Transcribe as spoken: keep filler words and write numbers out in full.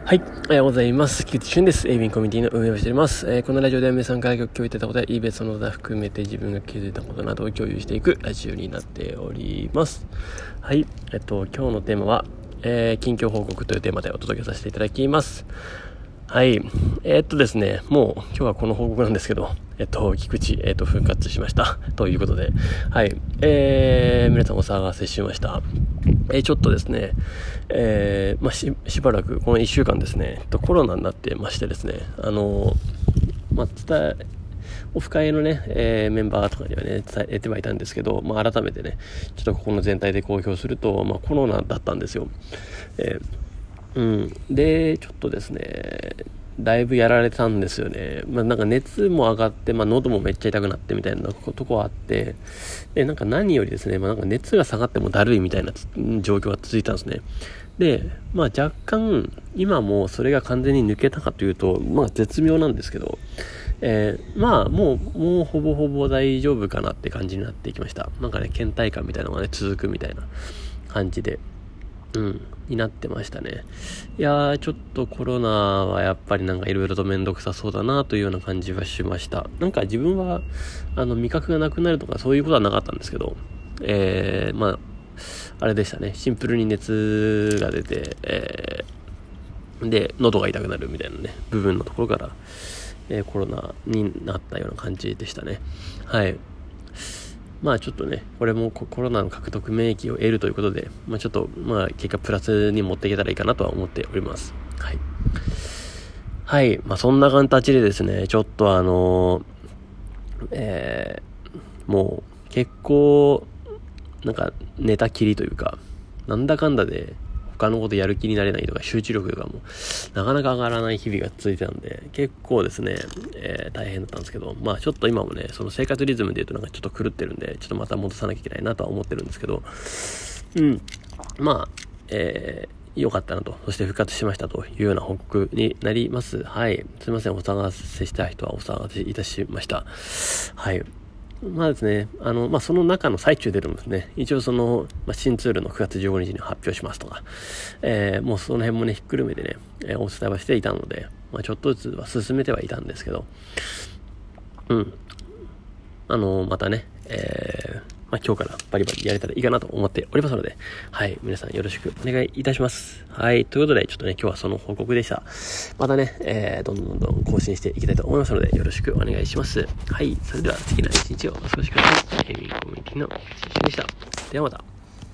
はい、おはようございます。菊池俊です。エイビンコミュニティの運営をしております。えー、このラジオでは皆さんから共有いただいたことや、イーベその他含めて自分が気づいたことなどを共有していくラジオになっております。はい、えっと、今日のテーマは、えー、近況報告というテーマでお届けさせていただきます。はい、えー、っとですね、もう今日はこの報告なんですけど、えっと、菊池、えっと、復活しました。ということで、はい、えー、皆さんお騒がせしました。えー、ちょっとですね、えー、まあ、し、しばらく、このいっしゅうかんですね、コロナになってましてですね、あの、まあ、伝え、オフ会のね、えー、メンバーとかにはね、伝えてはいたんですけど、まあ、改めてね、ちょっとここの全体で公表すると、まあ、コロナだったんですよ。えー、うん。で、ちょっとですね、だいぶやられたんですよね。まあなんか熱も上がって、まあ喉もめっちゃ痛くなってみたいなとこはあって、で、なんか何よりですね、まあなんか熱が下がってもだるいみたいな状況が続いたんですね。で、まあ若干、今もそれが完全に抜けたかというと、まあ絶妙なんですけど、えー、まあもう、もうほぼほぼ大丈夫かなって感じになってきました。なんかね、倦怠感みたいなのがね、続くみたいな感じで。うん、になってましたね。いやー、ちょっとコロナはやっぱりなんかいろいろとめんどくさそうだなというような感じはしました。なんか自分は、あの、味覚がなくなるとかそういうことはなかったんですけど、えー、まあ、あれでしたね。シンプルに熱が出て、えー、で、喉が痛くなるみたいなね、部分のところから、えー、コロナになったような感じでしたね。はい。まあちょっとね、これもコロナの獲得免疫を得るということで、まあちょっと、まあ結果プラスに持っていけたらいいかなとは思っております。はい。はい。まあそんな形でですね、ちょっとあのー、えー、もう結構、なんか寝たきりというか、なんだかんだで、他のことやる気になれないとか集中力がもうなかなか上がらない日々が続いてたんで結構ですね、えー、大変だったんですけど、まあちょっと今もねその生活リズムで言うとなんかちょっと狂ってるんでちょっとまた戻さなきゃいけないなとは思ってるんですけど、うんまあえー良かったなと、そして復活しましたというような報告になります。はい。すいません、お騒がせした人はお騒がせいたしました。はい。まあですね、あの、まあ、その中の最中でもですね、一応その、まあ、新ツールのくがつじゅうごにちに発表しますとか、えー、もうその辺もね、ひっくるめてね、えー、お伝えはしていたので、まあ、ちょっとずつは進めてはいたんですけど、うん。あの、またね、えー、まあ、今日からバリバリやれたらいいかなと思っておりますので、はい、皆さんよろしくお願いいたします。はい、ということで、ちょっとね、今日はその報告でした。またね、えー、どんどんどん更新していきたいと思いますので、よろしくお願いします。はい、それでは次の一日をお過ごしください。エイミンコミュニティのしんしんでした。ではまた。